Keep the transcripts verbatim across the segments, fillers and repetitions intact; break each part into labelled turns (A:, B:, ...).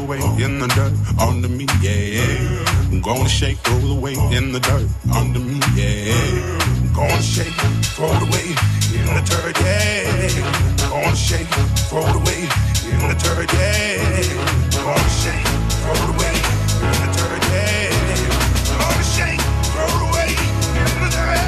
A: weight in the dirt under me, yeah. I'm gonna shake, throw the weight in the dirt under me, yeah. I'm gonna shake, throw the weight in the dirt, yeah. I'm gonna shake, throw the weight in the dirt, yeah. I'm gonna shake, throw the weight in the dirt, yeah. I'm gonna shake, throw the weight in the dirt.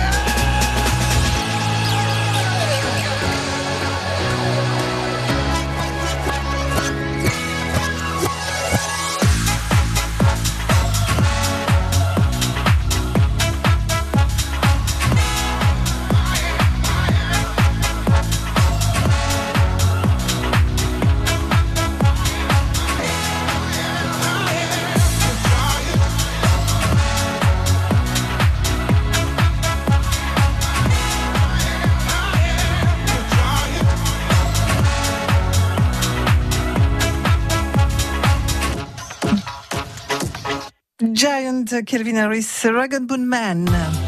B: Giant, Calvin Harris, Rag and Bone Man.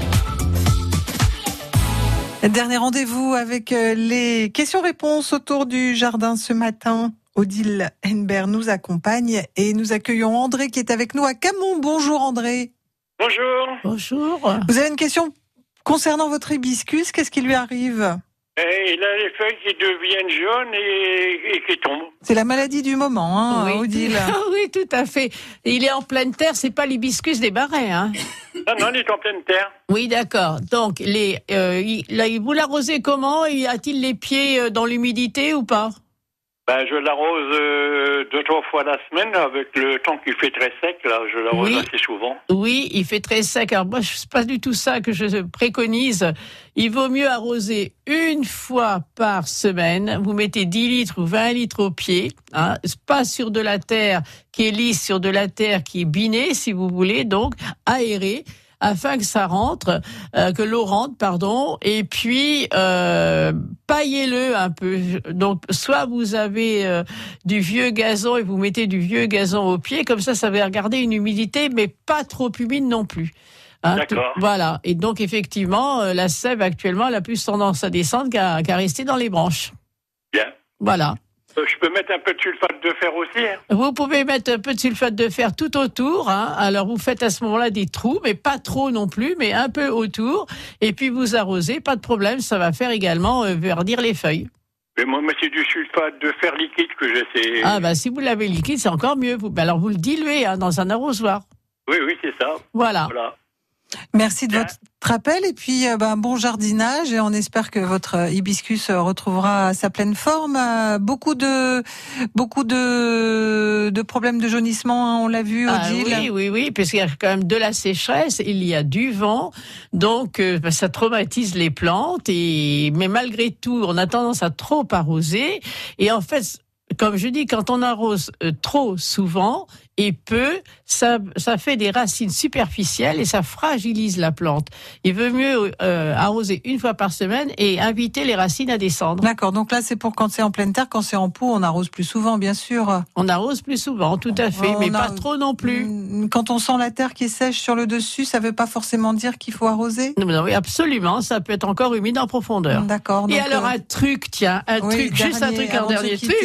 B: Dernier rendez-vous avec les questions-réponses autour du jardin ce matin. Odile Henbert nous accompagne et nous accueillons André qui est avec nous à Camon. Bonjour André.
C: Bonjour.
B: Bonjour. Vous avez une question concernant votre hibiscus, qu'est-ce qui lui arrive ?
C: Et il a les feuilles qui deviennent jaunes et, et qui tombent.
B: C'est la maladie du moment, hein,
D: oui.
B: Odile.
D: Oui, tout à fait. Il est en pleine terre, c'est pas l'hibiscus des Marais, hein.
C: Non, non, il est en pleine terre.
D: Oui, d'accord. Donc, les, euh, il, là, vous l'arrosez comment ? A-t-il les pieds dans l'humidité ou pas ?
C: Ben, je l'arrose euh, deux, trois fois la semaine avec le temps qu'il fait très sec, là, je l'arrose
D: oui.
C: assez souvent.
D: Oui, il fait très sec. Alors moi, c'est pas du tout ça que je préconise. Il vaut mieux arroser une fois par semaine. Vous mettez dix litres ou vingt litres au pied, hein, pas sur de la terre qui est lisse, sur de la terre qui est binée, si vous voulez, donc aérée, afin que ça rentre, euh, que l'eau rentre, pardon, et puis euh, paillez-le un peu. Donc, soit vous avez euh, du vieux gazon et vous mettez du vieux gazon au pied, comme ça, ça va garder une humidité, mais pas trop humide non plus. Hein,
C: D'accord.
D: Tout, voilà. Et donc, effectivement, euh, la sève, actuellement, elle a plus tendance à descendre qu'à, qu'à rester dans les branches.
C: Bien.
D: Voilà.
C: Je peux mettre un peu de sulfate de fer aussi, hein.
D: Vous pouvez mettre un peu de sulfate de fer tout autour, hein. Alors vous faites à ce moment-là des trous, mais pas trop non plus, mais un peu autour. Et puis vous arrosez, pas de problème, ça va faire également euh, verdir les feuilles.
C: Mais moi, mais c'est du sulfate de fer liquide que j'essaie.
D: Ah bah si vous l'avez liquide, c'est encore mieux. Vous, alors vous le diluez hein, dans un arrosoir.
C: Oui, oui, c'est ça.
D: Voilà.
C: Voilà.
B: Merci de votre appel et puis euh, ben, bon jardinage et on espère que votre hibiscus retrouvera sa pleine forme. Euh, beaucoup de beaucoup de de problèmes de jaunissement, hein, on l'a vu, Odile.
D: Ah oui, oui, oui, parce qu'il y a quand même de la sécheresse, il y a du vent, donc euh, ça traumatise les plantes. Et mais malgré tout, on a tendance à trop arroser. Et en fait, comme je dis, quand on arrose euh, trop souvent et peu, ça, ça fait des racines superficielles et ça fragilise la plante. Il vaut mieux euh, arroser une fois par semaine et inviter les racines à descendre.
B: D'accord, donc là c'est pour quand c'est en pleine terre, quand c'est en pot, on arrose plus souvent, bien sûr.
D: On arrose plus souvent, tout à fait,
B: on
D: mais
B: a...
D: pas trop non plus.
B: Quand on sent la terre qui est sèche sur le dessus, ça ne veut pas forcément dire qu'il faut arroser ?
D: Non, oui, absolument, ça peut être encore humide en profondeur.
B: D'accord.
D: Et
B: donc,
D: alors
B: euh...
D: un truc, tiens, un
B: oui,
D: truc,
B: dernier,
D: juste un truc, un dernier truc.